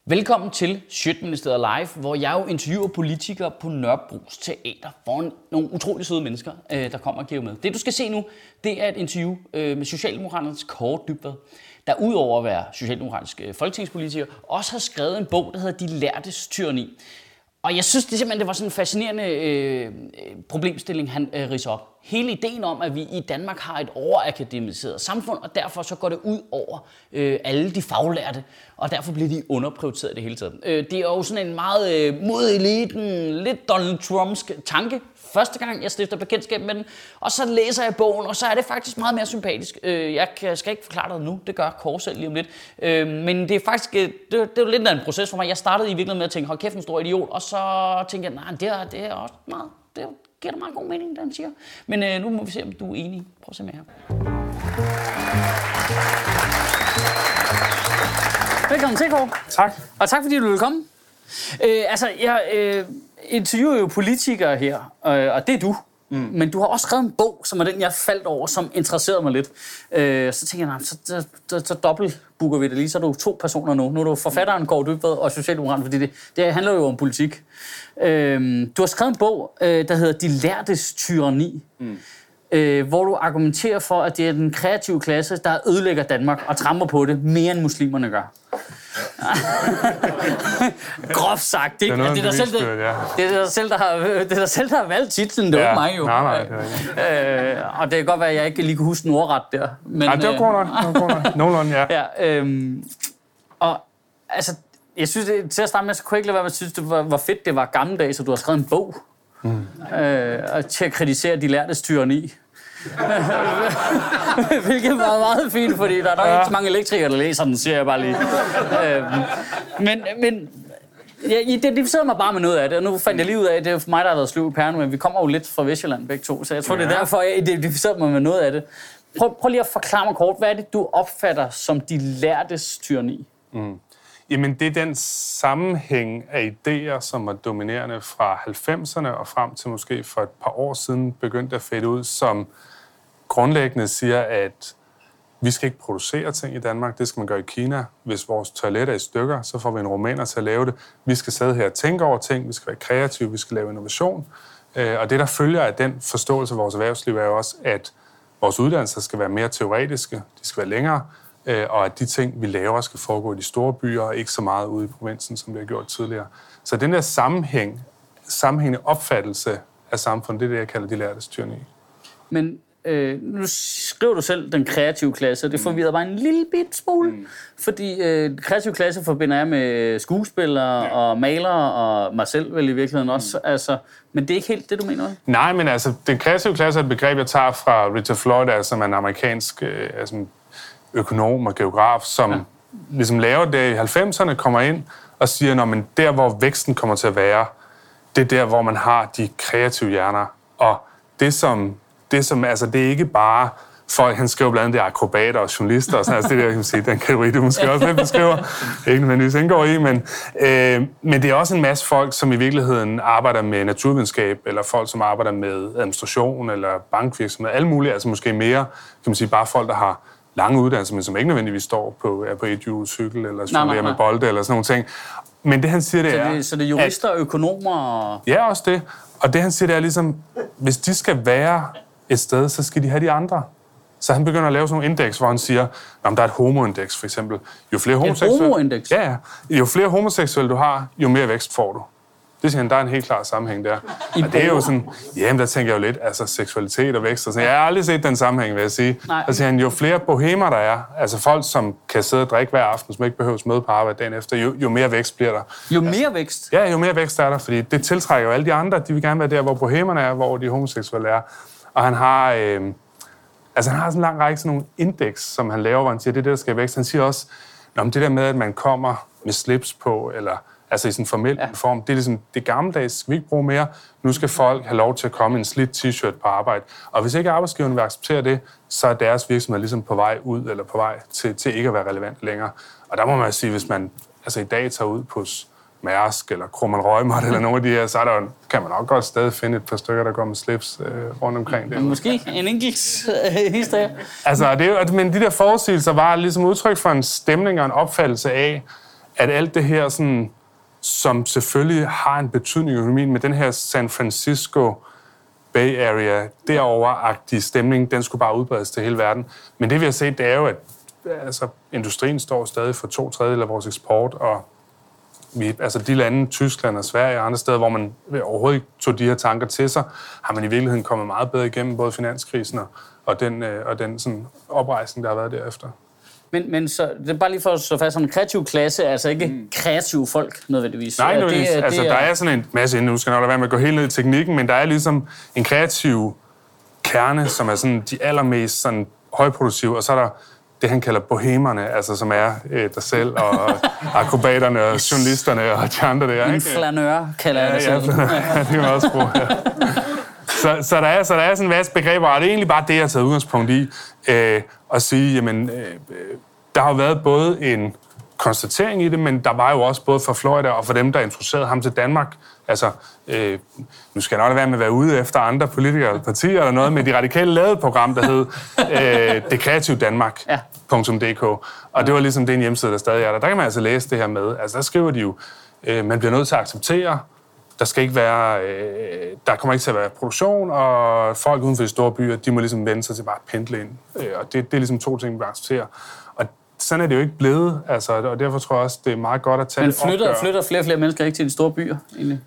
Velkommen til Sjøtministeriet Live, hvor jeg jo interviewer politikere på Nørrebros Teater foran nogle utrolig søde mennesker, der kommer og giver med. Det du skal se nu, det er et interview med Socialdemokraternes Kaare Dybvad, der udover at være socialdemokratisk folketingspolitiker, også har skrevet en bog, der hedder De Lærdes Tyranni. Og jeg synes det var sådan en fascinerende problemstilling, han ridser op. Hele ideen om, at vi i Danmark har et overakademiseret samfund, og derfor så går det ud over alle de faglærte, og derfor bliver de underprioriteret det hele taget. Det er jo sådan en meget mod eliten, lidt Donald Trumpsk tanke. Første gang, jeg stifter bekendtskab med den, og så læser jeg bogen, og så er det faktisk meget mere sympatisk. Jeg skal ikke forklare dig nu, det gør Kaare selv lige om lidt. Men det er faktisk det er lidt af en proces for mig. Jeg startede i virkeligheden med at tænke, hold kæft, en stor idiot, og så tænkte jeg, nej, det er også meget, det giver da meget god mening, det han siger. Men nu må vi se, om du er enig. Prøv at se med her. Velkommen til, Kaare. Tak. Og tak, fordi du ville komme. Jeg interviewer jo politikere her, og det er du. Men du har også skrevet en bog, som er den, jeg faldt over, som interesserede mig lidt. Så tænker jeg, så dobbeltbooker vi det lige, så er du 2 personer nu. Nu er du forfatteren Kaare Dybvad og Socialdemokraterne, fordi det handler jo om politik. Du har skrevet en bog, der hedder De Lærdes Tyranni, hvor du argumenterer for, at det er den kreative klasse, der ødelægger Danmark og tramper på det mere end muslimerne gør. Groft sagt, det er dig selv, der har valgt titlen, det er ikke mig jo. Nej, og det kan godt være, at jeg ikke lige kunne huske den ordret der. Men, det var god nok. Nogenlunde, ja. Og altså, jeg synes, til at starte med, så kunne jeg ikke lade være med at synes, hvor fedt det var gammeldags, at du har skrevet en bog til at kritisere De Lærdes Tyranni. Hvilket var meget fint, fordi der er nok ikke så mange elektrikere, der læser den, siger jeg bare lige. Men jeg identificerede mig bare med noget af det, og nu fandt jeg lige ud af, at det er for mig, der har været sløv i pæren, men vi kommer jo lidt fra Vestjylland begge to, så jeg tror, det er derfor, jeg identificerede mig med noget af det. Prøv lige at forklare mig kort, hvad er det, du opfatter som De Lærdes Tyranni? Jamen, det er den sammenhæng af idéer, som var dominerende fra 90'erne og frem til måske for et par år siden begyndte at fade ud, som grundlæggende siger, at vi skal ikke producere ting i Danmark. Det skal man gøre i Kina. Hvis vores toilet er i stykker, så får vi en rumæner til at lave det. Vi skal sidde her og tænke over ting. Vi skal være kreative. Vi skal lave innovation. Og det, der følger af den forståelse af vores erhvervsliv, er jo også, at vores uddannelser skal være mere teoretiske. De skal være længere. Og at de ting, vi laver, skal foregå i de store byer, og ikke så meget ude i provinsen, som vi har gjort tidligere. Så den der sammenhængende opfattelse af samfundet, det er det, jeg kalder De Lærdes Tyranni. Men nu skriver du selv den kreative klasse, og det forvirrer bare en lille bit smule. Fordi den kreative klasse forbinder jeg med skuespillere og malere, og mig selv vel i virkeligheden også. Altså, men det er ikke helt det, du mener? Nej, men altså, den kreative klasse er et begreb, jeg tager fra Richard Florida, som er en amerikansk økonom og geograf, som ligesom laver det i 90'erne, kommer ind og siger, men der, hvor væksten kommer til at være, det er der, hvor man har de kreative hjerner. Og det som altså, det er ikke bare folk, han skriver blandt andet det akrobater og journalister og sådan, altså det der, kan man sige, den kategori, du måske også lidt beskriver, ikke nødvendigvis indgår i, men det er også en masse folk, som i virkeligheden arbejder med naturvidenskab, eller folk, som arbejder med administration, eller bankvirksomhed, alle mulige, altså måske mere, kan man sige, bare folk, der har lange uddannelser, men som ikke nødvendigvis står på et cykel eller jonglerer med bolde, eller sådan nogle ting. Men det, han siger, det er... Så det er jurister og økonomer? Ja, også det. Og det, han siger, det er ligesom, hvis de skal være et sted, så skal de have de andre. Så han begynder at lave sådan nogle indeks, hvor han siger, der er et homoindeks, for eksempel. Jo flere homoseksuelle... Et homoindeks? Ja. Jo flere homoseksuelle du har, jo mere vækst får du. Det siger han, der er en helt klar sammenhæng der. Og det er jo sådan, jamen der tænker jeg jo lidt, altså seksualitet og vækst og sådan. Jeg har aldrig set den sammenhæng, vil jeg sige. Der siger han, jo flere bohemer der er, altså folk, som kan sidde og drikke hver aften, som ikke behøves møde på arbejde dagen efter, jo mere vækst bliver der. Jo mere vækst? Ja, jo mere vækst er der, fordi det tiltrækker jo alle de andre. De vil gerne være der, hvor bohemerne er, hvor de homoseksuelle er. Og han har, han har sådan en lang række sådan nogle indeks, som han laver, hvor han siger, det er det, der skal vækst. Han siger også, det der med, at man kommer med slips på, eller altså i sådan en formel form, det er ligesom det gammeldags, skal vi ikke bruge mere. Nu skal folk have lov til at komme i en slidt t-shirt på arbejde. Og hvis ikke arbejdsgiverne vil acceptere det, så er deres virksomhed ligesom på vej ud, eller på vej til ikke at være relevant længere. Og der må man sige, hvis man altså i dag tager ud på Mærsk eller Kromann Reumert eller nogle af de her, så kan man nok godt stadig finde et par stykker, der går med slips rundt omkring det. Måske en enkelt historie. Altså, men de der forudsigelser var ligesom udtryk for en stemning og en opfattelse af, at alt det her, sådan, som selvfølgelig har en betydning i økonomien, med den her San Francisco Bay Area, derover-agtige stemning, den skulle bare udbredes til hele verden. Men det vi har set, det er jo, at altså, industrien står stadig for 2/3 af vores eksport, og altså de lande, Tyskland og Sverige og andre steder, hvor man overhovedet ikke tog de her tanker til sig, har man i virkeligheden kommet meget bedre igennem både finanskrisen og den sådan oprejsning, der har været derefter. Men så, det er bare lige for at slå fast, sådan en kreativ klasse, altså ikke kreative folk nødvendigvis. Nej, altså der er sådan en masse inde, nu skal jeg nok lade være med at gå helt ned i teknikken, men der er ligesom en kreativ kerne, som er sådan de allermest sådan højproduktive, og så er der det, han kalder bohemerne, altså som er dig selv, og akrobaterne, og journalisterne, og de andre der. En flanør, kalder jeg det selv. Ja, det er også brugt, ja. Så der er sådan en masse begreber, og det er egentlig bare det, jeg har taget udgangspunkt i, at sige, jamen, der har været både en konstatering i det, men der var jo også både for Florida og for dem, der introducerede ham til Danmark. Altså, nu skal jeg nok være med at være ude efter andre politikere eller partier eller noget, men de radikale lavede et program, der hed Det Kreative Danmark.dk. Og det var ligesom den hjemmeside, der stadig er der. Der kan man altså læse det her med. Altså, der skriver de jo, man bliver nødt til at acceptere, der skal ikke være, der kommer ikke til at være produktion, og folk uden for de store byer, de må ligesom vende sig til bare at pendle ind. Og det er ligesom 2 ting, vi accepterer. Og sådan er det jo ikke blevet, altså, og derfor tror jeg også, det er meget godt at tage Men flytter flere og flere mennesker ikke til de store byer, egentlig?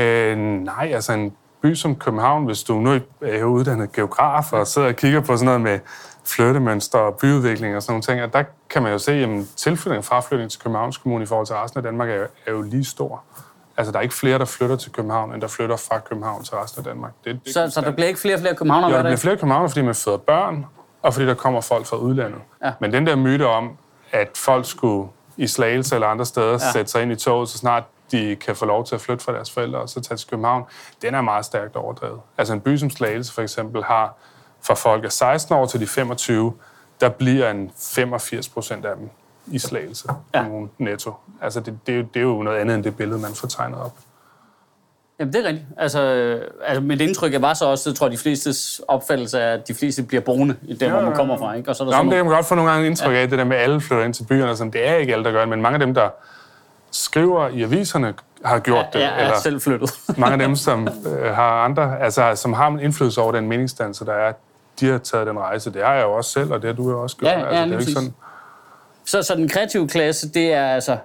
Nej, altså en by som København, hvis du nu er uddannet geograf og sidder og kigger på sådan noget med flyttemønster og byudvikling og sådan nogle ting, og der kan man jo se, at tilflytning og fraflytning til Københavns Kommune i forhold til resten af Danmark er jo lige stor. Altså, der er ikke flere, der flytter til København, end der flytter fra København til resten af Danmark. Så der bliver ikke flere og flere københavnere? Jo, der bliver flere københavnere, fordi man føder børn, og fordi der kommer folk fra udlandet. Ja. Men den der myte om, at folk skulle i Slagelse eller andre steder sætte sig ind i toget, så snart de kan få lov til at flytte fra deres forældre og så tage til København, den er meget stærkt overdrevet. Altså en by som Slagelse for eksempel har fra folk af 16 år til de 25, der bliver en 85% af dem i Slagelse netto. Altså det er jo noget andet end det billede, man får tegnet op. Jamen, det er rigtigt. Altså mit indtryk var så også, jeg tror, de flestes opfattelse er, at de fleste bliver boende i der, hvor man kommer fra, ikke? Og så er der det kan man godt få nogle gange indtryk af, det der med, at alle flytter ind til byerne, og sådan. Det er ikke alle, der gør det, men mange af dem, der skriver i aviserne, har gjort det. Ja, eller selv flyttet. Mange af dem, som har andre, altså som har en indflydelse over den meningsdannelse, der er, de har taget den rejse. Det har jeg jo også selv, og det har du jo også gjort. Ja, det er ikke sådan. Så den kreative klasse, det er altså...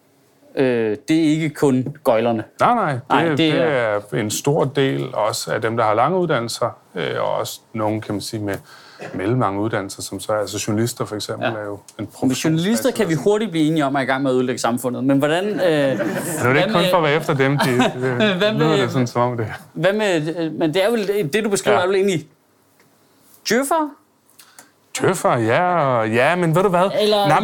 det er ikke kun gøjlerne. Nej, det er en stor del også af dem, der har lange uddannelser, og også nogle, kan man sige, med mellemlange uddannelser, som så er, altså journalister for eksempel, er jo en profession. Journalister kan vi hurtigt blive enige om, at er i gang med at ødelægge samfundet, men hvordan... det er ikke kun for at være efter dem, nu er det sådan som om det. Hvad med, men det er vel, det du beskriver er vel egentlig djøffer? Tøffer, ja, men ved du hvad?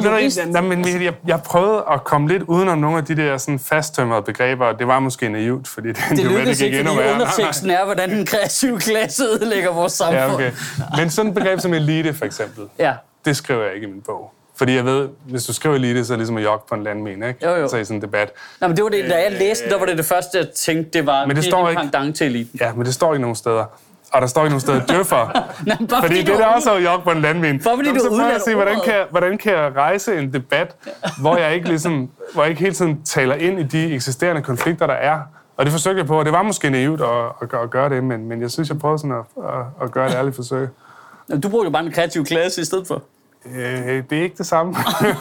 Jeg prøvede at komme lidt udenom nogle af de der sådan fasttømrede begreber, og det var måske naivt, fordi det lykkedes ikke, fordi underteksten er, hvordan den kreative klasse ødelægger vores samfund. Ja, okay. Men sådan et begreb som elite, for eksempel, det skriver jeg ikke i min bog. Fordi jeg ved, hvis du skriver elite, så er det ligesom at jogge på en landmine, ikke? Jo. Så i sådan en debat. Nå, men det var det, da jeg læste, der var det første, jeg tænkte, det var en pendant til eliten. Ja, men det står ikke nogen steder. Og der står ikke nogen steder djøffer. Fordi det der også er jo jog på en landmine. Så prøver jeg at sige, hvordan kan jeg rejse en debat, hvor jeg ikke hele tiden taler ind i de eksisterende konflikter, der er. Og det forsøgte jeg på, og det var måske naivt at gøre det, men jeg synes, jeg prøvede sådan at gøre et ærligt forsøg. Du bruger jo bare en kreativ klasse i stedet for. Det er ikke det samme.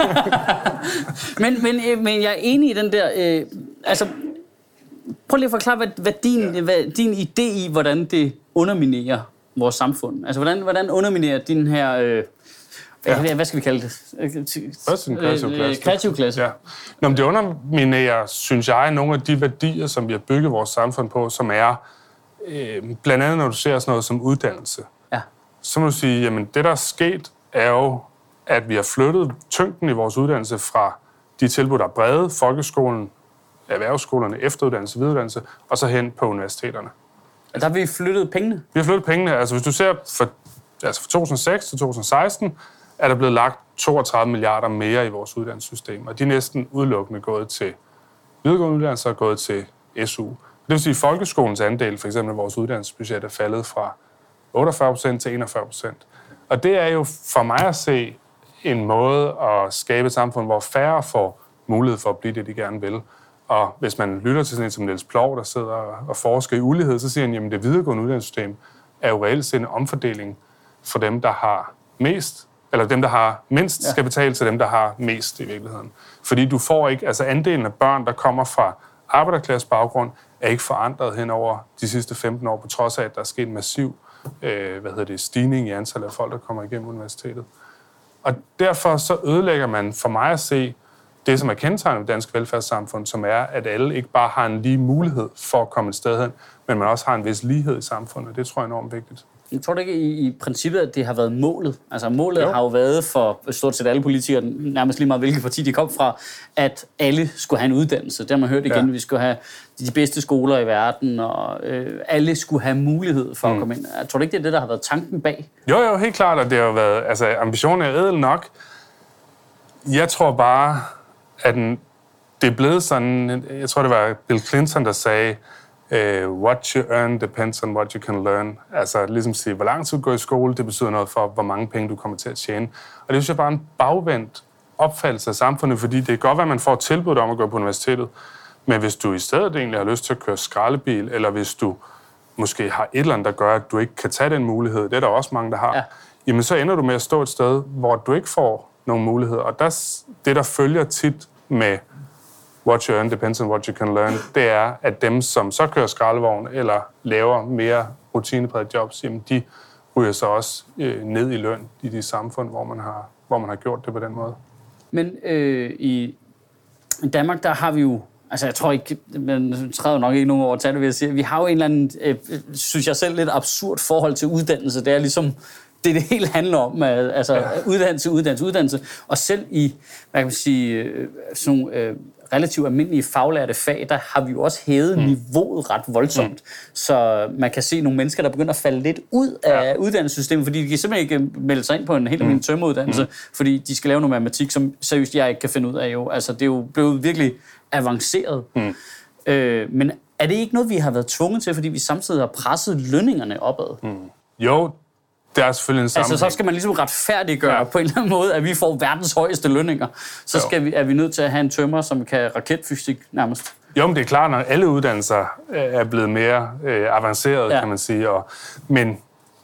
men jeg er enig i den der... prøv lige at forklare, hvad din idé i, hvordan det underminerer vores samfund. Altså, hvordan underminerer din her... hvad skal vi kalde det? Også en kreativ klasse. Ja. Nå, men det underminerer, synes jeg, nogle af de værdier, som vi har bygget vores samfund på, som er, blandt andet når du ser sådan noget som uddannelse. Ja. Så må du sige, jamen det, der er sket, er jo, at vi har flyttet tyngden i vores uddannelse fra de tilbud, der er brede, folkeskolen, erhvervsskolerne, efteruddannelse, videreuddannelse, og så hen på universiteterne. Der har vi flyttet pengene? Vi har flyttet pengene. Altså hvis du ser fra 2006 til 2016, er der blevet lagt 32 milliarder mere i vores uddannelsessystem, og de er næsten udelukkende gået til videregående uddannelser og gået til SU. Det vil sige, at folkeskolens andel, for eksempel vores uddannelsesbudget, er faldet fra 48% til 41%. Og det er jo for mig at se en måde at skabe et samfund, hvor færre får mulighed for at blive det, de gerne vil. Og hvis man lytter til sådan en som Niels Ploug, der sidder og forsker i ulighed, så siger han, jamen det videregående uddannelsessystem er jo reelt set en omfordeling for dem, der har mest, eller dem, der har mindst, skal betale til dem, der har mest i virkeligheden. Fordi du får ikke, altså andelen af børn, der kommer fra arbejderklassebaggrund, er ikke forandret hen over de sidste 15 år, på trods af, at der er sket en massiv stigning i antallet af folk, der kommer igennem universitetet. Og derfor så ødelægger man for mig at se det, som er kendetegnet ved dansk velfærdssamfund, som er, at alle ikke bare har en lige mulighed for at komme et sted hen, men man også har en vis lighed i samfundet. Det tror jeg er enormt vigtigt. Jeg tror ikke i princippet, at det har været målet. Altså målet har jo været for stort set alle politikere, nærmest lige meget hvilket parti de kom fra, at alle skulle have en uddannelse. Det har man hørt igen, at vi skulle have de bedste skoler i verden, og alle skulle have mulighed for at komme ind. Jeg tror ikke, det er det, der har været tanken bag? Jo, helt klart, og det har jo været, altså ambitionen er ædel nok. Jeg tror bare, at det er blevet sådan, jeg tror, det var Bill Clinton, der sagde, what you earn depends on what you can learn. Altså ligesom sige, hvor lang tid du går i skole, det betyder noget for, hvor mange penge du kommer til at tjene. Og det synes jeg bare er en bagvendt opfattelse af samfundet, fordi det kan godt være, at man får tilbud om at gå på universitetet, men hvis du i stedet egentlig har lyst til at køre skraldebil, eller hvis du måske har et eller andet, der gør, at du ikke kan tage den mulighed, det er der også mange, der har, jamen så ender du med at stå et sted, hvor du ikke får nogen mulighed. Og det, der følger tit med what you earn depends on what you can learn, det er, at dem, som så kører skraldevogn eller laver mere rutinepræget jobs, jamen de ryger så også ned i løn i de samfund, hvor man har gjort det på den måde. Men i Danmark, der har vi jo, altså jeg tror ikke, man træder nok ikke nogen over at tage det, vil jeg sige. Vi har jo en eller anden, synes jeg selv, lidt absurd forhold til uddannelse. Det er ligesom det hele handler om, altså uddannelse. Og selv i, hvad kan man sige, sådan nogle relativt almindelige faglærte fag, der har vi jo også hævet niveauet ret voldsomt. Så man kan se nogle mennesker, der begynder at falde lidt ud af uddannelsessystemet, fordi de kan simpelthen ikke melde sig ind på en helt almindelig tømmeruddannelse, fordi de skal lave noget matematik, som seriøst jeg ikke kan finde ud af. Jo. Altså, det er jo blevet virkelig avanceret. Men er det ikke noget, vi har været tvunget til, fordi vi samtidig har presset lønningerne opad? Jo, det er selvfølgelig en sammenhæng. Altså, så skal man ligesom retfærdiggøre på en eller anden måde, at vi får verdens højeste lønninger. Så er vi nødt til at have en tømrer, som kan raketfysik nærmest. Jo, men det er klart, når alle uddannelser er blevet mere avancerede, kan man sige. Men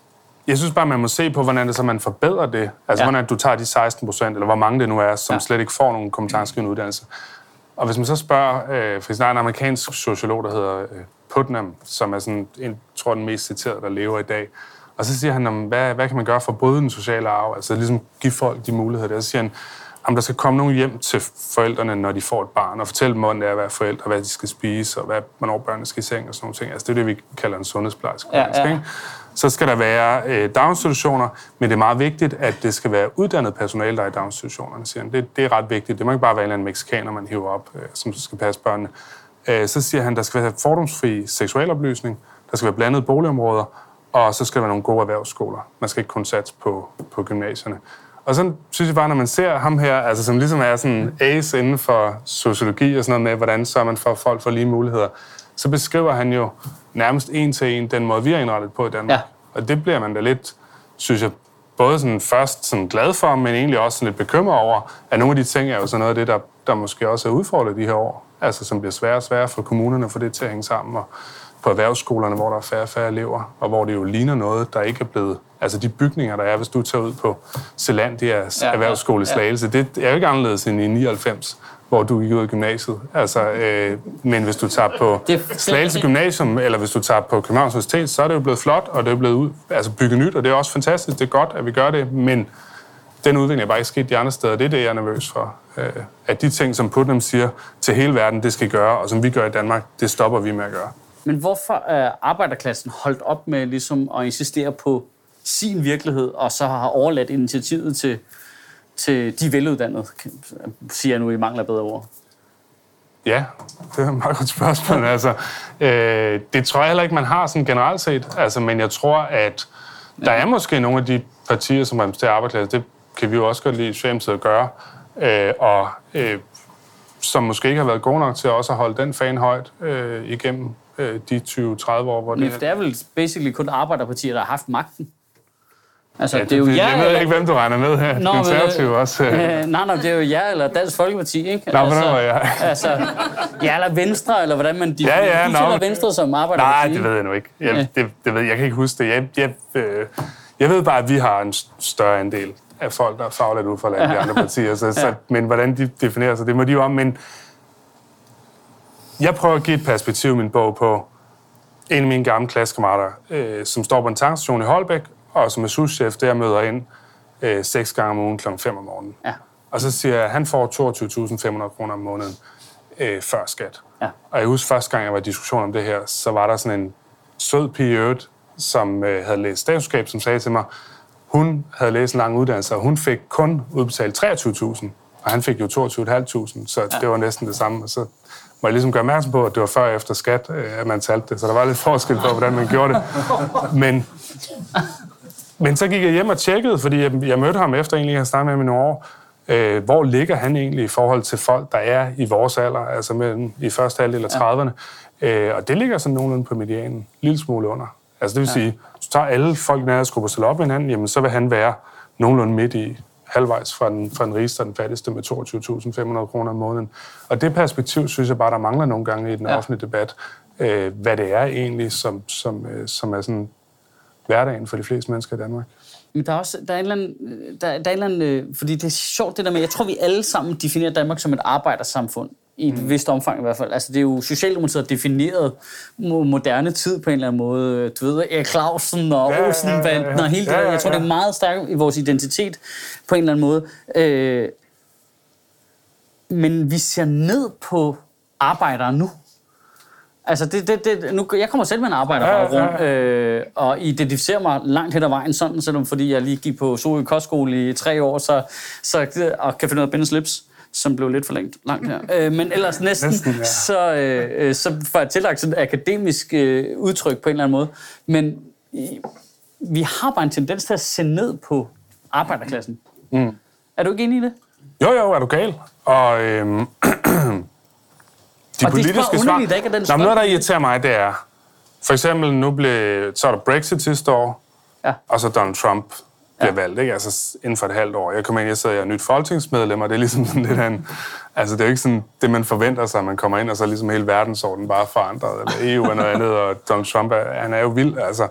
jeg synes bare, man må se på, hvordan det så man forbedrer det. Altså, hvordan du tager de 16%, eller hvor mange det nu er, som slet ikke får nogen kompetencegivende uddannelse. Og hvis man så spørger, for der er en amerikansk sociolog, der hedder Putnam, som er sådan, tror den mest citerede, der lever i dag. Og så siger han, hvad kan man gøre for at bryde den sociale arv? Altså ligesom give folk de muligheder der. Så siger han, om der skal komme nogen hjem til forældrene, når de får et barn, og fortælle dem, hvordan det er at være forældre, hvad de skal spise, og hvornår børnene skal i seng og sådan nogle ting. Altså det er det, vi kalder en sundhedsplejerske. Så skal der være daginstitutioner, men det er meget vigtigt, at det skal være uddannet personale, der er i daginstitutionerne, siger han. Det er ret vigtigt. Det må ikke bare være en eller anden mexikaner, man hiver op, som skal passe børnene. Så siger han, der skal være fordomsfri seksualoplysning, der skal være blandede boligområder, og så skal der være nogle gode erhvervsskoler. Man skal ikke kun satse på gymnasierne. Og så synes jeg bare, når man ser ham her, altså som ligesom er sådan ace inden for sociologi og sådan noget med, hvordan så man for folk får lige muligheder, så beskriver han jo nærmest en til en den måde, vi har indrettet på i Danmark. Og det bliver man da lidt, synes jeg, både sådan først sådan glad for, men egentlig også sådan lidt bekymret over, at nogle af de ting er jo sådan noget af det, der måske også er udfordret de her år. Altså som bliver sværere og sværere for kommunerne at få det til at hænge sammen, og på erhvervsskolerne, hvor der er færre og færre elever, og hvor det jo ligner noget, der ikke er blevet... Altså de bygninger, der er, hvis du tager ud på Zelandias erhvervsskole i Slagelse, det er jo ikke anderledes end i 99, hvor du gik ud af gymnasiet. Altså, men hvis du tager på Slagelse Gymnasium, eller hvis du tager på Københavns Universitet, så er det jo blevet flot, og det er blevet bygget nyt, og det er også fantastisk. Det er godt, at vi gør det, men den udvikling er bare ikke sket de andre steder. Det er det, jeg er nervøs for. At de ting, som Putnam siger til hele verden, det skal gøre, og som vi gør i Danmark, det stopper vi med at gøre. Men hvorfor er arbejderklassen holdt op med ligesom at insistere på sin virkelighed, og så har overladt initiativet til de veluddannede, siger jeg nu i mangel af bedre ord? Ja, det er et meget godt spørgsmål. Altså, det tror jeg heller ikke, man har sådan generelt set. Altså, men jeg tror, at der er måske nogle af de partier, som repræsenterer arbejderklassen, det kan vi jo også godt lide Socialdemokratiet at gøre, og som måske ikke har været gode nok til også at holde den fan højt igennem de 20-30 år, hvor det er vel basically kun arbejderpartier, der har haft magten. Altså, Ja, det er jo jer, jeg ved ikke, hvem du regner med her. Konservative også. Nej, det er jo jer eller Dansk Folkeparti, ikke? Nå, hvordan var jeg? Altså, ja, eller Venstre, eller hvordan man definerer. Ja, du tæller Venstre som arbejderparti. Nej, det ved jeg nu ikke. Det ved jeg kan ikke huske det. Jeg ved bare, at vi har en større andel af folk, der er fagligt udforladt i de andre partier. Men hvordan de definerer sig, det må de jo om. Men jeg prøver at give et perspektiv i min bog på en af mine gamle klassekammerater, som står på en tankstation i Holbæk, og som er souschef, der møder ind 6 gange om ugen kl. 5 om morgenen. Ja. Og så siger jeg, at han får 22.500 kroner om måneden før skat. Ja. Og jeg husker første gang, jeg var i diskussion om det her, så var der sådan en sød pige i øvrigt, som havde læst statskundskab, som sagde til mig, hun havde læst en lang uddannelse, og hun fik kun udbetalt 23.000, og han fik jo 22.500, så det var næsten det samme. Og så må jeg ligesom gøre opmærksom på, at det var før og efter skat, at man talte det, så der var lidt forskel på, hvordan man gjorde det. Men så gik jeg hjem og tjekkede, fordi jeg mødte ham efter egentlig, at jeg snakkede med ham i nogle år. Hvor ligger han egentlig i forhold til folk, der er i vores alder, altså mellem i første halvdel af 30'erne? Og det ligger sådan nogenlunde på medianen, en lille smule under. Altså det vil sige, hvis du tager alle folk i den her gruppe stille op med hinanden, jamen så vil han være nogenlunde midt i halvvejs fra den rigeste og den fattigste med 22.500 kroner om måneden. Og det perspektiv, synes jeg bare, der mangler nogle gange i den offentlige debat, hvad det er egentlig, som er sådan hverdagen for de fleste mennesker i Danmark. Men der er en eller anden, fordi det er sjovt det der med, jeg tror vi alle sammen definerer Danmark som et arbejdersamfund, i et vist omfang i hvert fald. Altså det er jo Socialdemokratiet har defineret moderne tid på en eller anden måde. Du ved, Erik Clausen og Olsenbanden og hele det der. Jeg tror det er meget stærkt i vores identitet på en eller anden måde. Men vi ser ned på arbejdere nu. Altså, nu, jeg kommer selv med en arbejderbaggrund, og identificerer mig langt hen ad vejen sådan, selvom fordi jeg lige gik på Sorø Kostskole i 3 år, og kan finde noget at binde slips, som blev lidt for langt her. Men ellers næsten så får jeg tillagt sådan et akademisk udtryk på en eller anden måde. Men vi har bare en tendens til at se ned på arbejderklassen. Er du ikke enig i det? Jo, er du gal. Og de politiske svar... Noget, der irriterer mig, det er... For eksempel, så er der Brexit sidste år, og så Donald Trump bliver valgt, ikke? Altså inden for et halvt år. Jeg kommer ind, jeg er nyt folketingsmedlem, og det er ligesom sådan lidt af en... Altså, det er jo ikke sådan det, man forventer sig, at man kommer ind, og så er ligesom hele verdensordenen bare forandret, eller EU og noget andet, og Donald Trump, han er jo vild, altså.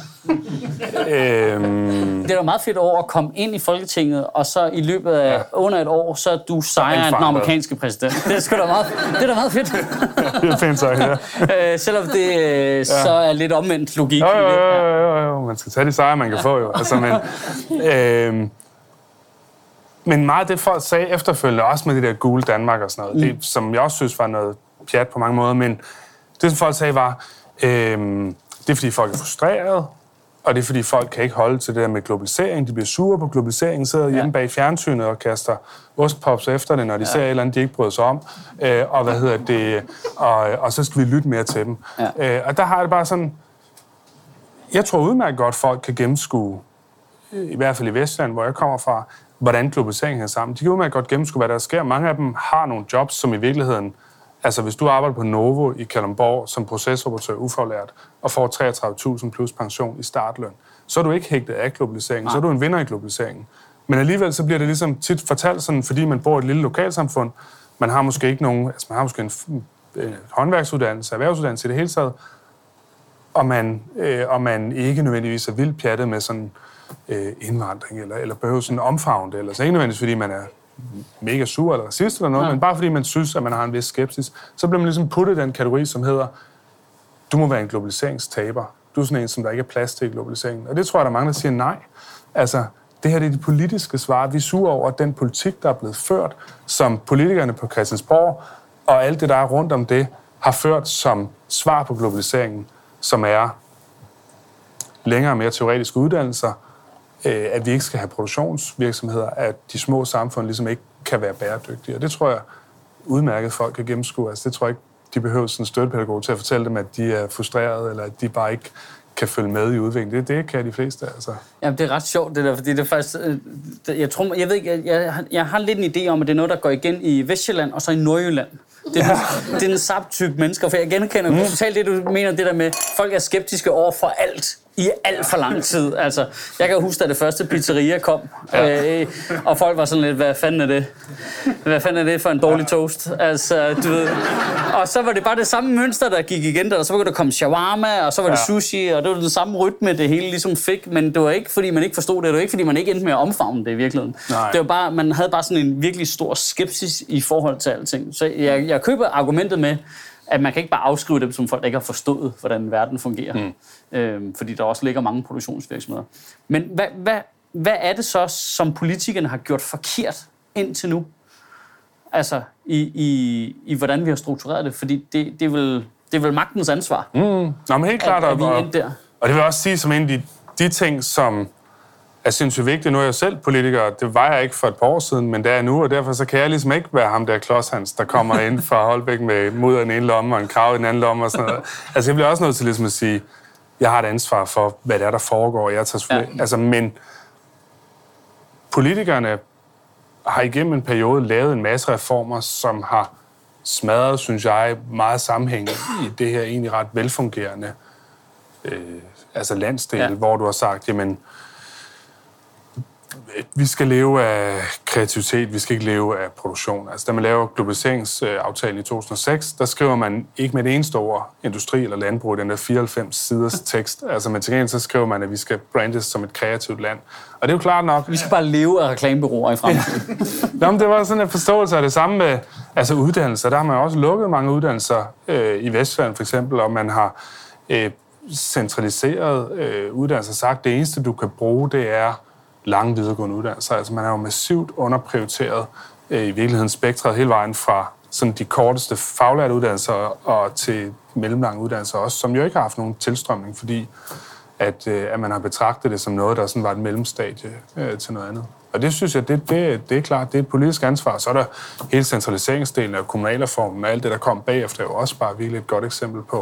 Det er da meget fedt over at komme ind i Folketinget, og så i løbet af under et år, så er du sejrer den amerikanske præsident. Det er da meget fedt. Det er fint sagt, ja. Selvom det så er lidt omvendt logik. Jo. Man skal tage de sejre, man kan få jo. Altså, men meget af det, folk sagde efterfølgende, også med det der gule Danmark og sådan noget, det, som jeg også synes var noget pjat på mange måder, men det, som folk sagde, var, det er, fordi folk er frustrerede, og det er, fordi folk kan ikke holde til det der med globalisering. De bliver sure på globaliseringen, sidder hjemme bag fjernsynet og kaster ostpops efter det, når de ser et eller andet, de ikke bryder sig om. Og så skal vi lytte mere til dem. Og der har det bare sådan... Jeg tror udmærket godt, folk kan gennemskue, i hvert fald i Vestland, hvor jeg kommer fra, hvordan globaliseringen er sammen. De kan udmærket godt gennemskue, hvad der sker. Mange af dem har nogle jobs, som i virkeligheden... Altså, hvis du arbejder på Novo i Kalundborg som procesoperatør ufaglært og får 33.000 plus pension i startløn, så er du ikke hægtet af globaliseringen, så er du en vinder i globaliseringen. Men alligevel så bliver det ligesom tit fortalt sådan, fordi man bor i et lille lokalsamfund, man har måske ikke nogen, altså man har måske en håndværksuddannelse, erhvervsuddannelse i det hele taget, og man ikke nødvendigvis er vildt pjattet med sådan indvandring, eller behøver sådan omfavne det, eller så ikke nødvendigvis, fordi man er mega sur eller racist eller noget, men bare fordi man synes, at man har en vis skepsis, så bliver man ligesom puttet i den kategori, som hedder, du må være en globaliseringstaber. Du er sådan en, som der ikke er plads til i globaliseringen. Og det tror jeg, der er mange, der siger nej. Altså, det her det er de politiske svar. Vi er sure over den politik, der er blevet ført, som politikerne på Christiansborg og alt det, der er rundt om det, har ført som svar på globaliseringen, som er længere og mere teoretiske uddannelser, at vi ikke skal have produktionsvirksomheder, at de små samfund ligesom ikke kan være bæredygtige. Og det tror jeg udmærket folk kan gennemskue. Altså, det tror jeg ikke, de behøver sådan en støttepædagog til at fortælle dem, at de er frustrerede, eller at de bare ikke kan følge med i udviklingen. Det kan de fleste, altså. Jamen, det er ret sjovt, det der, fordi det er faktisk... Jeg har lidt en idé om, at det er noget, der går igen i Vestjylland og så i Nordjylland. Det er en saptyk mennesker, for jeg genkender totalt det, du mener, det der med, folk er skeptiske over for alt. I alt for lang tid. Altså, jeg kan huske, da det første pizzeria kom, og folk var sådan lidt, hvad fanden er det? Hvad fanden er det for en dårlig toast? Altså, du ved. Og så var det bare det samme mønster, der gik igen, og så begyndte der komme shawarma, og så var det sushi, og det var den samme rytme, det hele ligesom fik, men det var ikke, fordi man ikke forstod det, det var ikke, fordi man ikke endte med at omfavne det i virkeligheden. Nej. Det var bare, man havde bare sådan en virkelig stor skepsis i forhold til alting. Så jeg køber argumentet med, at man kan ikke bare afskrive dem som folk, der ikke har forstået, hvordan verden fungerer. Fordi der også ligger mange produktionsvirksomheder. Men hvad er det så, som politikerne har gjort forkert indtil nu? Altså, i hvordan vi har struktureret det? Fordi det er vel magtens ansvar. Nå, men helt klart. At vi endte der. Og det vil også sige, som en af de ting, som jeg synes er vigtigt. Nu er jeg selv politiker, det var jeg ikke for et par år siden, men det er jeg nu, og derfor så kan jeg ligesom ikke være ham der Klodshans, der kommer ind fra Holbæk med mudder i den ene lomme og en krav i den anden lomme og sådan noget. Altså jeg bliver også nødt til ligesom at sige, jeg har et ansvar for, hvad det er, der foregår. Jeg tager altså, men politikerne har igennem en periode lavet en masse reformer, som har smadret, synes jeg, meget sammenhæng i det her egentlig ret velfungerende altså landsdel, hvor du har sagt, jamen, vi skal leve af kreativitet, vi skal ikke leve af produktion. Altså, da man laver globaliseringsaftalen i 2006, der skriver man ikke med det eneste ord industri eller landbrug i den der 94 siders tekst. Altså, men til gengæld så skriver man, at vi skal brandes som et kreativt land. Og det er jo klart nok. Vi skal bare leve af reklamebureauer i fremtiden. Jamen, det var sådan en forståelse af det samme med altså uddannelser. Der har man også lukket mange uddannelser i Vestjylland for eksempel, og man har centraliseret uddannelser, sagt, det eneste du kan bruge, det er lange videregående uddannelser. Altså man er jo massivt underprioriteret i virkeligheden spektret hele vejen fra sådan de korteste faglærte uddannelser og til mellemlange uddannelser også, som jo ikke har haft nogen tilstrømning, fordi at man har betragtet det som noget, der sådan var et mellemstadie til noget andet. Og det synes jeg, det er klart, det er et politisk ansvar. Så er der hele centraliseringsdelen af kommunalreformen og alt det, der kom bagefter, er jo også bare virkelig et godt eksempel på,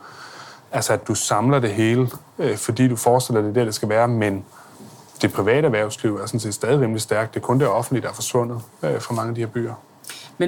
at du samler det hele, fordi du forestiller dig det skal være, men det private erhvervsliv er sådan set stadig rimelig stærkt. Det er kun det offentlige, der er forsvundet fra mange af de her byer. Men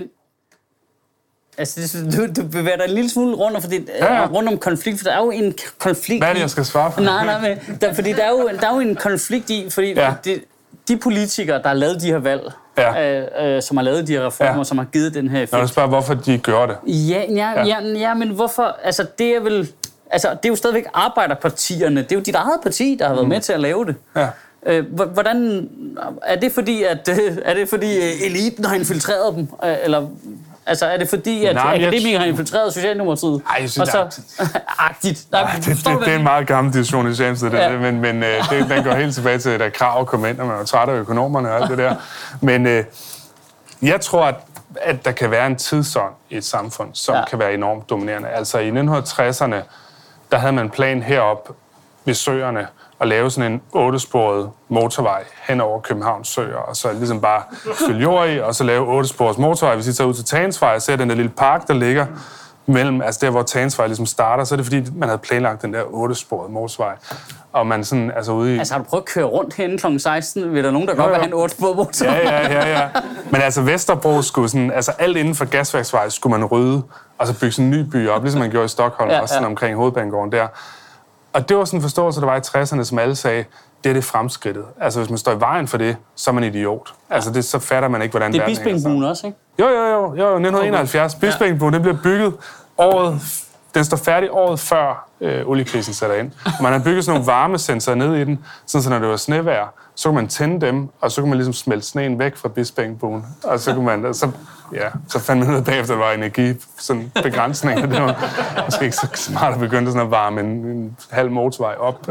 altså, du bevæger dig en lille smule rundt om konflikt, for der er jo en konflikt. Hvad er det, jeg skal svare på? Nej, fordi der er jo en konflikt i, fordi de politikere, der har lavet de her valg, som har lavet de her reformer, som har givet den her effekt. Når du spørger, hvorfor de gør det? Ja, men hvorfor? Altså, det er vel... Altså, det er jo stadigvæk arbejderpartierne. Det er jo dit eget parti, der har været med til at lave det. Ja. Hvordan... Er det fordi eliten har infiltreret dem? Eller... Altså, er det fordi, at akademikere har infiltreret Socialdemokratiet? Nej, jeg synes, agtigt. Det er en meget gammel diskussion i Socialdemokratiet, men den går helt tilbage til, da Krav kom ind, og man var træt af økonomerne og alt det der. Men jeg tror, at der kan være en tidsånd i et samfund, som kan være enormt dominerende. Altså, i 1960'erne, der havde man en plan heroppe ved søerne, at lave sådan en 8-sporet motorvej hen over Københavns søer, og så ligesom bare fylde jord i, og så lave 8-sporets motorvej. Hvis I tager ud til Tagensvej og ser den der lille park, der ligger mellem, altså der, hvor Tagensvej ligesom starter, så er det fordi, man havde planlagt den der 8-sporede motorvej. Og man sådan, altså ude i... Altså har du prøvet at køre rundt hen kl. 16? Vil der nogen, der godt vil have en 8-sporet motorvej? Ja. Men altså Vesterbro skulle sådan, altså alt inden for Gasværksvej skulle man rydde, og så bygge sådan en ny by op, ligesom man gjorde i Stockholm, også sådan omkring Hovedbanegården der. Og det var sådan en forståelse, der var i 60'erne, som alle sagde, det er fremskridtet. Altså, hvis man står i vejen for det, så er man idiot. Altså, så fatter man ikke, hvordan det er Bispeengbuen også, ikke? Jo, 1971. Bispeengbuen, det bliver bygget året... Den står færdig året før oliekrisen sætter ind. Man har bygget sådan nogle varmesensorer ned i den, så når det var snevejr, så kunne man tænde dem, og så kunne man ligesom smelte sneen væk fra Bispeengbuen. Og så kunne man... Så fandt man ud af bagefter, at der var energibegrænsning. Det var måske ikke så smart at begynde sådan at varme en halv motorvej op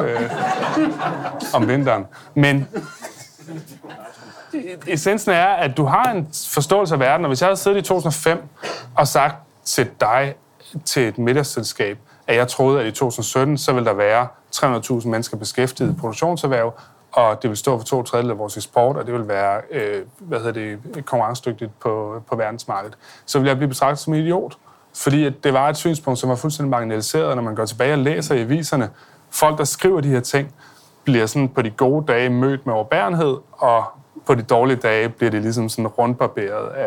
om vinteren. Men essensen er, at du har en forståelse af verden, og hvis jeg havde siddet i 2005 og sagt til dig, til et middagsselskab, at jeg troede, at i 2017, så ville der være 300.000 mennesker beskæftiget i produktionserhverv, og det vil stå for 2/3 af vores eksport, og det vil være konkurrencedygtigt på verdensmarkedet. Så vil jeg blive betragtet som en idiot, fordi det var et synspunkt, som var fuldstændig marginaliseret, og når man går tilbage og læser i aviserne, folk, der skriver de her ting, bliver sådan på de gode dage mødt med overbærenhed, og på de dårlige dage bliver det ligesom sådan rundbarberet af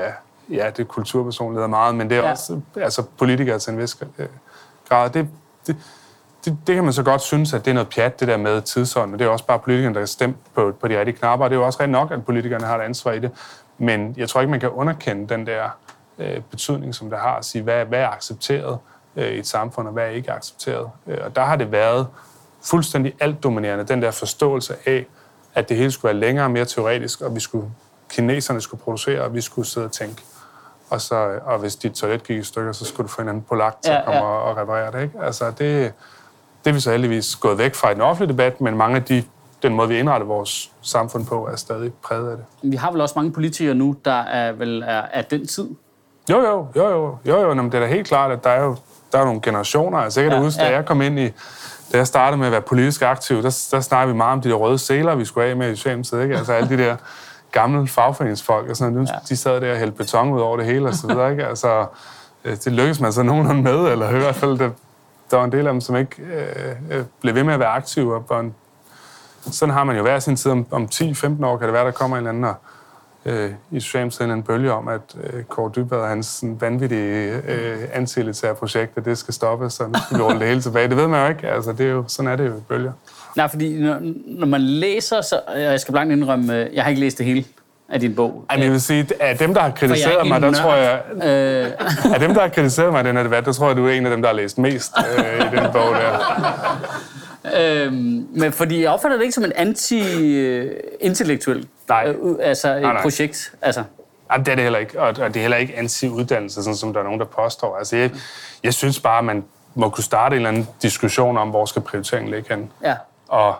ja, det er kulturpersonligheder meget, men det er også altså, politikere til en vis grad. Det kan man så godt synes, at det er noget pjat, det der med tidsånden, og det er også bare politikerne, der er stemt på de rigtige knapper, og det er jo også rigtig nok, at politikerne har et ansvar i det, men jeg tror ikke, man kan underkende den der betydning, som det har at sige, hvad er accepteret i et samfund, og hvad er ikke accepteret. Og der har det været fuldstændig altdominerende, den der forståelse af, at det hele skulle være længere og mere teoretisk, og kineserne skulle producere, og vi skulle sidde og tænke. Og hvis dit toilet gik i stykker, så skulle du få en anden polak til at komme og reparere det. Ikke? Altså, det er vi så heldigvis gået væk fra i den offentlige debat, men mange af den måde, vi indretter vores samfund på, er stadig præget af det. Vi har vel også mange politikere nu, der er af den tid? Jo, men det er da helt klart, at der er nogle generationer. Altså, jeg kan huske, da jeg kom ind i... Da jeg startede med at være politisk aktiv, der snakkede vi meget om de der røde seler, vi skulle af med i Socialdemokratiet, ikke? Altså alle de der gamle fagforeningsfolk og sådan noget. De sad der og hældte beton ud over det hele og så videre, ikke? Altså, det lykkedes man så nogenlunde med, eller i hvert fald, der var en del af dem, som ikke blev ved med at være aktive. Sådan har man jo hver sin tid. Om 10-15 år kan det være, der kommer en eller anden i Socialdemokratiet en bølge om, at Kåre Dybvad og hans vanvittige antielitære projekt, at det skal stoppes, så nu skal vi rulle det hele tilbage. Det ved man jo ikke. Altså, det er jo, sådan er det jo i bølger. Nej, fordi når man læser, så... Jeg skal blankt indrømme, jeg har ikke læst det hele af din bog. Ej, men jeg vil sige, at dem, der har kritiseret mig, der tror jeg... Af dem, der har kritiseret mig i den her debat, der tror jeg, du er en af dem, der har læst mest i den bog der. Men fordi jeg opfatter det ikke som en anti-intellektuel projekt. Altså. Jamen, det er det heller ikke, og det er heller ikke anti-uddannelse, sådan som der er nogen, der påstår. Altså, jeg synes bare, at man må kunne starte en eller anden diskussion om, hvor skal prioriteringen ligge hen. Ja. Og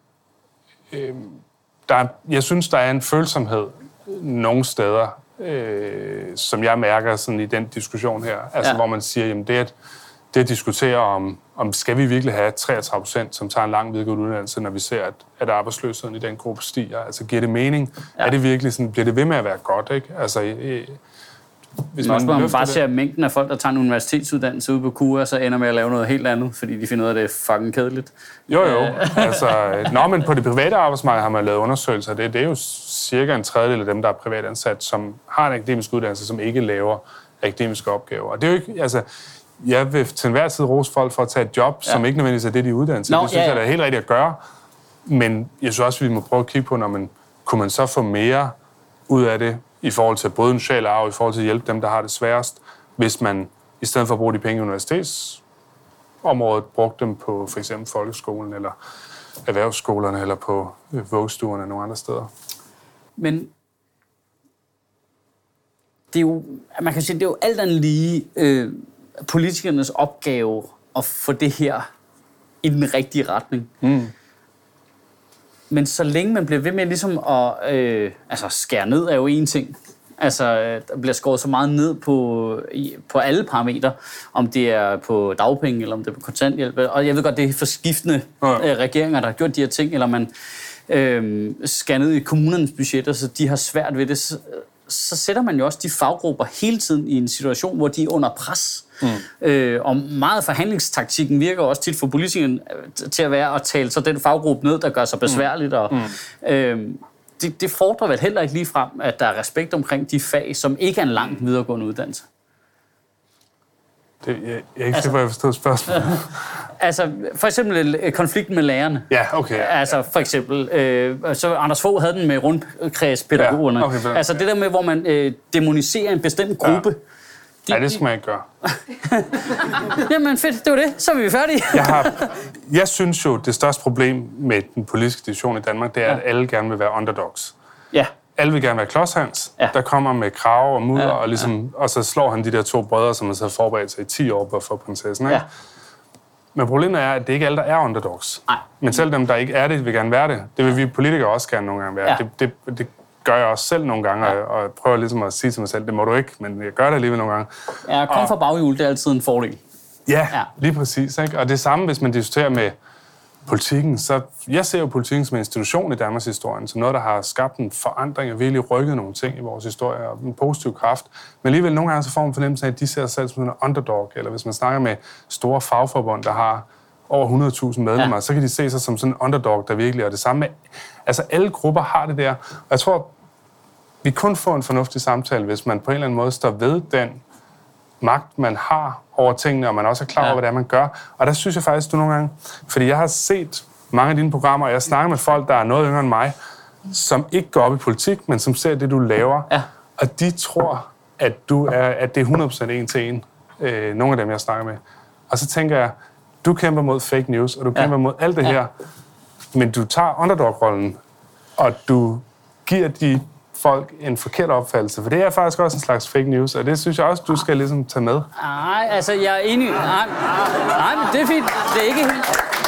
jeg synes, der er en følsomhed nogle steder, som jeg mærker sådan i den diskussion her. Altså, hvor man siger, jamen det at diskutere om skal vi virkelig have 33%, som tager en lang videregående uddannelse, når vi ser, at arbejdsløsheden i den gruppe stiger. Altså, giver det mening? Ja. Er det virkelig sådan, bliver det ved med at være godt, ikke? Altså, hvis man bare ser mængden af folk, der tager en universitetsuddannelse ude på KUA, så ender med at lave noget helt andet, fordi de finder ud af, at det er fucking kedeligt. Jo. Men på det private arbejdsmarked har man lavet undersøgelser. Det er jo cirka en tredjedel af dem, der er privatansat, som har en akademisk uddannelse, som ikke laver akademiske opgaver. Og det er jo ikke... Altså, jeg vil til enhver tid rose folk for at tage et job, som ikke nødvendigvis er det, de er uddannet til. Det synes jeg, der er helt rigtigt at gøre. Men jeg synes også, vi må prøve at kigge på, kunne man så få mere ud af det, i forhold til at bryde en social arv, i forhold til at hjælpe dem, der har det sværest, hvis man i stedet for at bruge de penge i universitetsområdet, brugte dem på for eksempel folkeskolen, eller erhvervsskolerne, eller på vuggestuerne nogle andre steder. Men det er jo, man kan sige, det er jo alt andet lige politikernes opgave at få det her i den rigtige retning. Men så længe man bliver ved med ligesom at skære ned er jo en ting. Altså, der bliver skåret så meget ned på alle parametre, om det er på dagpenge, eller om det er på kontanthjælp. Og jeg ved godt, det er for skiftende regeringer, der har gjort de her ting, eller man skærer ned i kommunernes budgetter, så de har svært ved det. Så sætter man jo også de faggrupper hele tiden i en situation, hvor de er under pres. Og meget forhandlingstaktikken virker også tit for politikerne til at være at tale så den faggruppe ned, der gør sig besværligt. Og, det fordrer vel heller ikke ligefrem, at der er respekt omkring de fag, som ikke er en lang videregående uddannelse. Jeg er ikke sikker på, at jeg forstod spørgsmålet. Altså, for eksempel konflikten med lærerne. Ja, okay. Ja. Altså, for eksempel, så Anders Fogh havde den med rundkredspædagogerne. Ja, okay, altså, det der med, hvor man demoniserer en bestemt gruppe. Ja. Det skal man ikke gøre. Jamen fedt, det var det. Så er vi færdige. Jeg synes jo, det største problem med den politiske diskussion i Danmark, det er, at alle gerne vil være underdogs. Ja. Alle vil gerne være Klods-Hans, der kommer med krav og mudder, og, og så slår han de der to brødre, som har så forberedt sig i 10 år på at få prinsessen. Ikke? Ja. Men problemet er, at det ikke er alle, der er underdogs. Nej. Men selv dem, der ikke er det, vil gerne være det. Det vil vi politikere også gerne nogle gange være. Ja. Det gør jeg også selv nogle gange, og prøver ligesom at sige til mig selv, det må du ikke, men jeg gør det alligevel nogle gange. Ja, kom fra baghjul, det er altid en fordel. Ja, lige præcis. Ikke? Og det samme, hvis man diskuterer med politikken, så jeg ser jo politikken som en institution i Danmarks historie, som noget, der har skabt en forandring og virkelig rykket nogle ting i vores historie, og en positiv kraft. Men alligevel nogle gange så får man fornemmelsen af, at de ser sig selv som en underdog, eller hvis man snakker med store fagforbund, der har over 100.000 medlemmer, så kan de se sig som sådan en underdog, der virkelig er det samme med. Altså alle grupper har det der, og jeg tror, vi kun få en fornuftig samtale, hvis man på en eller anden måde står ved den magt, man har over tingene, og man også er klar over, hvad det er, man gør. Og der synes jeg faktisk, du nogle gange... Fordi jeg har set mange af dine programmer, og jeg snakker med folk, der er noget yngre end mig, som ikke går op i politik, men som ser det, du laver. Ja. Og de tror, at det er 100% en til en. Nogle af dem, jeg snakker med. Og så tænker jeg, du kæmper mod fake news, og du kæmper mod alt det her, men du tager underdog-rollen, og du giver de folk en forkert opfattelse, for det er faktisk også en slags fake news, og det synes jeg også, du skal ligesom tage med. Nej, altså jeg er enig... Nej, men det er fint. Det er ikke helt...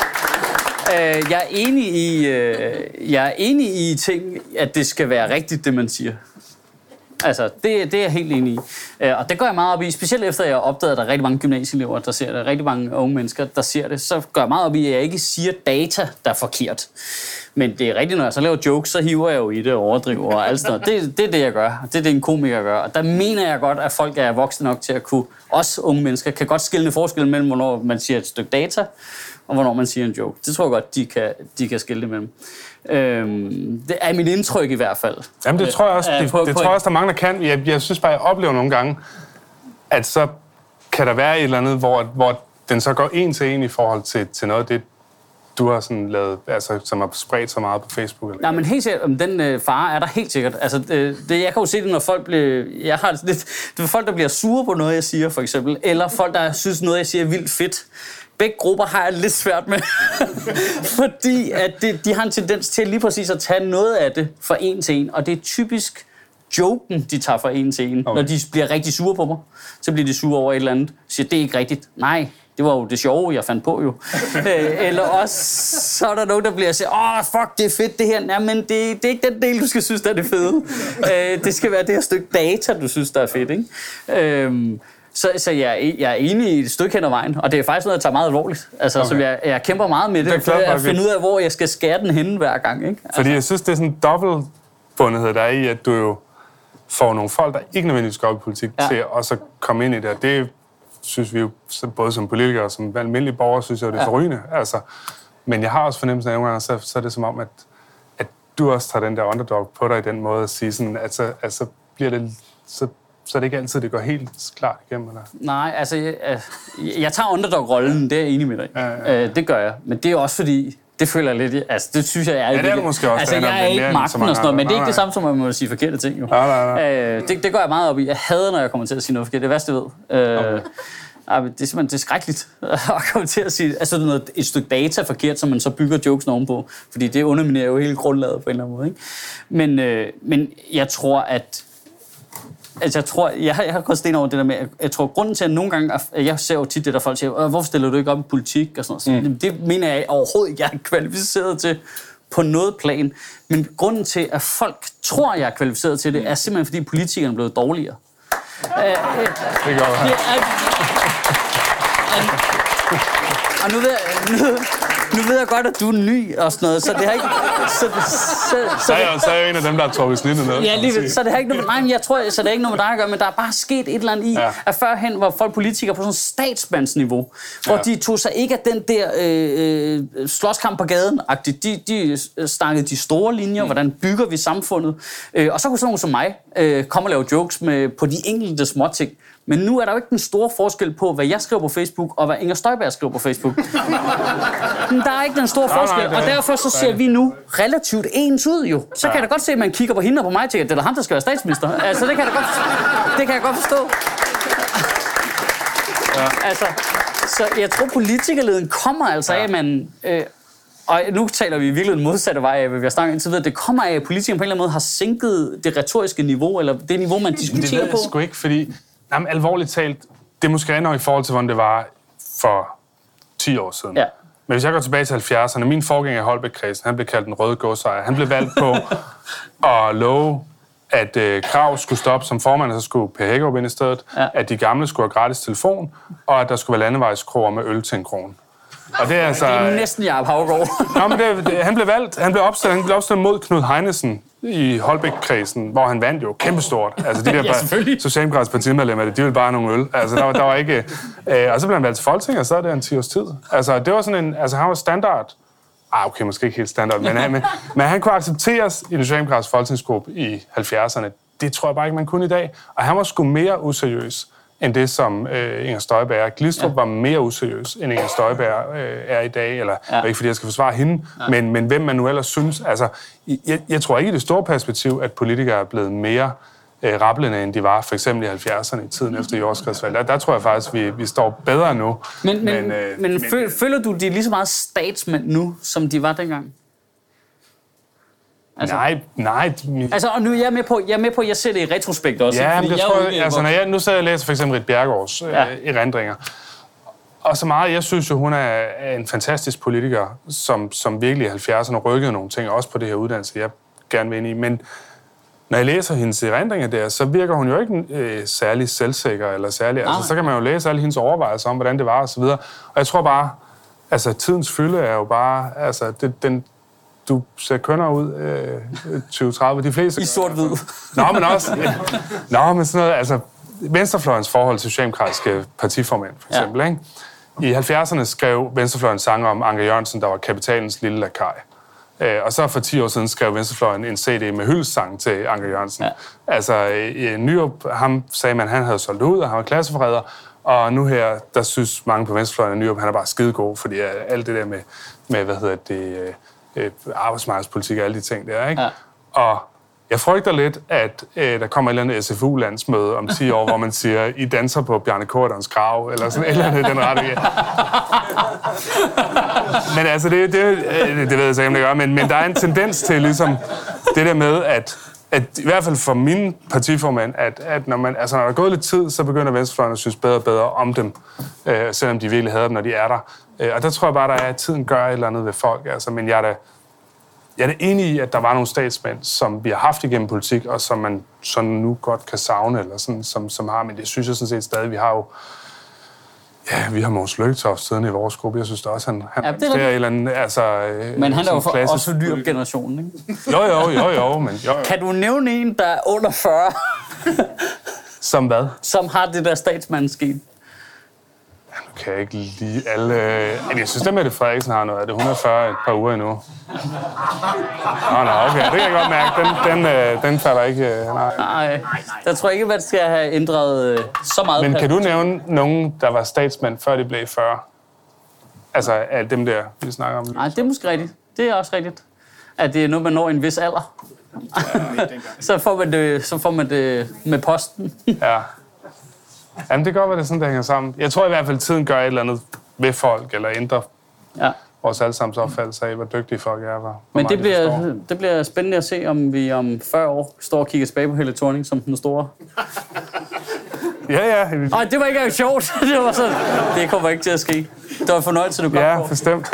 Jeg er enig i ting, at det skal være rigtigt, det man siger. Altså, det er jeg helt enig i. Og det går jeg meget op i, specielt efter jeg har opdaget, at der er rigtig mange gymnasieelever, der ser det, rigtig mange unge mennesker, der ser det, så går jeg meget op i, at jeg ikke siger data, der er forkert. Men det er rigtigt, når jeg så laver jokes, så hiver jeg jo i det og overdriver og alt sådan noget. Det er det, jeg gør. Det er det, en komiker gør. Og der mener jeg godt, at folk er voksne nok til at kunne, også unge mennesker, kan godt skelne forskellen mellem, hvornår man siger et stykke data, og hvornår man siger en joke. Det tror jeg godt, de kan skelne mellem. Det er mit indtryk i hvert fald. Jamen det tror jeg også, det tror jeg også, der er mange, der kan. Jeg synes bare, jeg oplever nogle gange, at så kan der være et eller andet, hvor den så går en til en i forhold til noget af det, du har sådan lavet, altså, som har spredt så meget på Facebook? Eller? Nej, men helt sikkert, den fare er der helt sikkert. Altså, jeg kan jo se det, når folk bliver... Det er folk, der bliver sure på noget, jeg siger, for eksempel. Eller folk, der synes, noget, jeg siger, er vildt fedt. Begge grupper har jeg lidt svært med. Fordi at de har en tendens til lige præcis at tage noget af det fra en til en. Og det er typisk joken, de tager fra en til en. Okay. Når de bliver rigtig sure på mig, så bliver de sure over et eller andet. Siger, det er ikke rigtigt. Nej, det var jo det sjove, jeg fandt på jo. Eller også, så er der nogen, der bliver og siger, fuck, det er fedt det her. Nej, men det er ikke den del, du skal synes, der er det fede. Det skal være det her stykke data, du synes, der er fedt, ikke? Så jeg er enig i et stykke hen ad vejen, og det er faktisk noget, jeg tager meget alvorligt. Altså, okay. Som jeg kæmper meget med det, for at finde ud af, hvor jeg skal skære den henne hver gang, ikke? Altså. Fordi jeg synes, det er sådan en dobbeltbundethed, der er i, at du jo får nogle folk, der ikke nødvendigvis går op i politik, til at så komme ind i det. Og det synes vi jo, både som politikere og som almindelige borgere, synes jeg, det er forrygende. Altså, men jeg har også fornemmelsen af nogle gange, så er det som om, at du også tager den der underdog på dig i den måde at sige sådan, at så bliver det... Så er det ikke altid, det går helt klart igennem, eller? Nej, altså, jeg tager underdog-rollen, det er jeg enig med dig. Ja. Det gør jeg, men det er også fordi, det føler jeg lidt, altså det synes jeg er... Ja, det er det måske også. Altså, jeg er ikke magten og sådan noget, men det er ikke det samme som, at man må sige forkerte ting, jo. Nej. Det går jeg meget op i. Jeg hader, når jeg kommer til at sige noget forkert. Det er værste, jeg ved. Okay. Det er simpelthen skrækkeligt at komme til at sige, altså et stykke data forkert, som man så bygger jokes ovenpå, fordi det underminerer jo hele grundlaget på en eller anden måde, ikke? Men jeg tror, at jeg har gået sten over det der med, jeg tror, grunden til, at nogle gange, jeg ser jo tit det, der folk siger, hvorfor stiller du ikke op i politik og sådan noget. Det mener jeg overhovedet ikke, jeg er kvalificeret til på noget plan. Men grunden til, at folk tror, jeg er kvalificeret til det, er simpelthen, fordi politikerne er blevet dårligere. Det gør jeg. Og nu ved jeg godt, at du er ny og sådan noget, så det har ikke... Så er jeg en af dem, der har trukket snittet ned. Ja, lige, så det har ikke noget med, nej, jeg tror, så det er ikke noget med dig at gøre, men der er bare sket et eller andet i, at førhen var folk politikere på sådan statsmandsniveau, hvor de tog sig ikke af den der slåskamp på gaden-agtigt. De snakkede de store linjer, hvordan bygger vi samfundet, og så kunne sådan nogen som mig komme og lave jokes på de enkelte småting. Men nu er der jo ikke den store forskel på, hvad jeg skriver på Facebook, og hvad Inger Støjberg skriver på Facebook. Der er ikke den store forskel, og derfor så ser vi nu relativt ens ud jo. Så kan jeg da godt se, at man kigger på hende og på mig og tænker, at det er ham, der skal være statsminister. Altså, det kan jeg godt forstå. Altså, så jeg tror, politikerleden kommer altså af, at man... Og nu taler vi virkelig den modsatte vej af, hvad vi har snakket indtil videre. Det kommer af, at politikerne på en eller anden måde har sænket det retoriske niveau, eller det niveau, man diskuterer på. Det ved jeg sgu ikke, fordi... Jamen, alvorligt talt, det er måske nok i forhold til, hvordan det var for 10 år siden. Ja. Men hvis jeg går tilbage til 70'erne, min forgænger i Holbæk-kredsen, han blev kaldt den røde godsejer. Han blev valgt på at love, at Krav skulle stoppe som formand, og så skulle Per Hækkerup ind i stedet, at de gamle skulle have gratis telefon, og at der skulle være landevejskroer med øl til 1 krone. Og det er altså... Det er næsten Jacob Haugaard. Nå, men han blev valgt. Han blev opstillet mod Knud Heinesen i Holbæk-kredsen, hvor han vandt jo kæmpestort. Altså de der socialdemokratiske partimedlemmer, de ville bare have nogle øl. Altså der var ikke... og så blev han valgt til Folketinget, og så er det en 10 års tid. Altså det var sådan en... Altså han var standard... Okay, måske ikke helt standard, men han kunne accepteres i den socialdemokratiske folketingsgruppe i 70'erne. det tror jeg bare ikke, man kunne i dag. Og han var sgu mere useriøs end det, som Inger Støjberg er. Glistrup var mere useriøs, end Inger Støjberg er i dag. Eller ikke fordi jeg skal forsvare hende, men hvem man nu ellers synes. Altså, jeg tror ikke i det store perspektiv, at politikere er blevet mere rablende, end de var for eksempel i 70'erne i tiden efter jordskredsvalg. Der tror jeg faktisk, vi står bedre nu. Men føler du, de er lige så meget statsmænd nu, som de var dengang? Altså, nej. Altså, og nu er jeg med på, jeg ser det i retrospekt også. Ja, men det tror jeg, altså, når jeg nu sidder og læser for eksempel Ritt Bjerregaards erindringer, og så meget, jeg synes jo, hun er en fantastisk politiker, som virkelig i 70'erne rykkede nogle ting, også på det her uddannelse, jeg gerne vil ind i. Men når jeg læser hendes erindringer der, så virker hun jo ikke særlig selvsikker, eller særlig, altså, så kan man jo læse alle hendes overvejelser om, hvordan det var, og så videre. Og jeg tror bare, altså, tidens fylde er jo bare, altså, du ser kønner ud 2030, de fleste... I sort-hvid. Men sådan noget, altså, venstrefløjens forhold til socialdemokratiske partiformænd, for eksempel, ikke? I 70'erne skrev venstrefløjen sanger om Anker Jørgensen, der var kapitalens lille lakaj. Og så for 10 år siden skrev venstrefløjen en CD med hyldestsang til Anker Jørgensen. Ja. Altså, Nyrup, ham sagde man, han havde solgt ud, og han var klasseforræder. Og nu her, der synes mange på venstrefløjen, at Nyrup, han er bare skidegod, fordi alt det der med arbejdsmarkedspolitik og alle de ting der, ikke? Ja. Og jeg frygter lidt, at der kommer et eller andet SFU-landsmøde om 10 år, hvor man siger, I danser på Bjarne Corydons grav, eller sådan et eller andet i den rette. Men altså, det ved jeg så ikke, om det gør, men der er en tendens til ligesom det der med, at i hvert fald for mine partiformænd, at når der er gået lidt tid, så begynder venstrefløjen at synes bedre og bedre om dem, selvom de virkelig hader dem, når de er der. Og der tror jeg bare, at tiden gør et eller andet ved folk. Altså, men jeg er da enig i, at der var nogle statsmænd, som vi har haft igennem politik, og som man sådan nu godt kan savne, eller sådan, som har, men det synes jeg sådan set stadig. Vi har jo, vi har Mogens Lykketoft siden i vores gruppe. Jeg synes da også, han er et eller andet, altså... Men han er jo også en ny generationen, ikke? Jo, men... Jo. Kan du nævne en, der er under 40? Som hvad? Som har det der statsmandsskib. Nu kan jeg ikke lide alle... Jeg synes, at Mette Frederiksen har noget. Er det 140 et par uger endnu? Okay. Det kan jeg godt mærke. Den falder ikke... Nej, jeg tror ikke, man skal have ændret så meget. Men kan du nævne nogen, der var statsmænd, før de blev 40? Altså, af dem der, vi snakker om? Nej, det er måske rigtigt. Det er også rigtigt. At det er noget, man når en vis alder. Så får man det med posten. Ja. Jamen, det kan godt være, det sådan, det hænger sammen. Jeg tror i hvert fald, at tiden gør et eller andet ved folk, eller ændrer vores allesammens opfattelse af, hvor dygtige folk er. Men det bliver spændende at se, om vi om 40 år står og kigger tilbage på Helle Thorning som den store. Ja. Nej, det var ikke engang sjovt. Det var sådan, det kommer ikke til at ske. Det var en fornøjelse, du kom på. Ja, bestemt.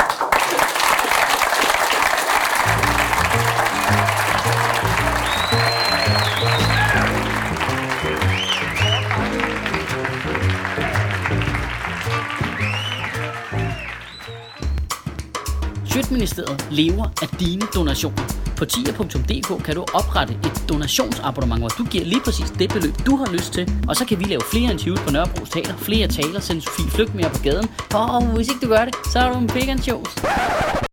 Sjøtministeriet lever af dine donationer. På tier.dk kan du oprette et donationsabonnement, hvor du giver lige præcis det beløb, du har lyst til. Og så kan vi lave flere interviews på Nørrebros Teater, flere taler, sende Sofie Flygt mere på gaden. Og hvis ikke du gør det, så er du en big and shows.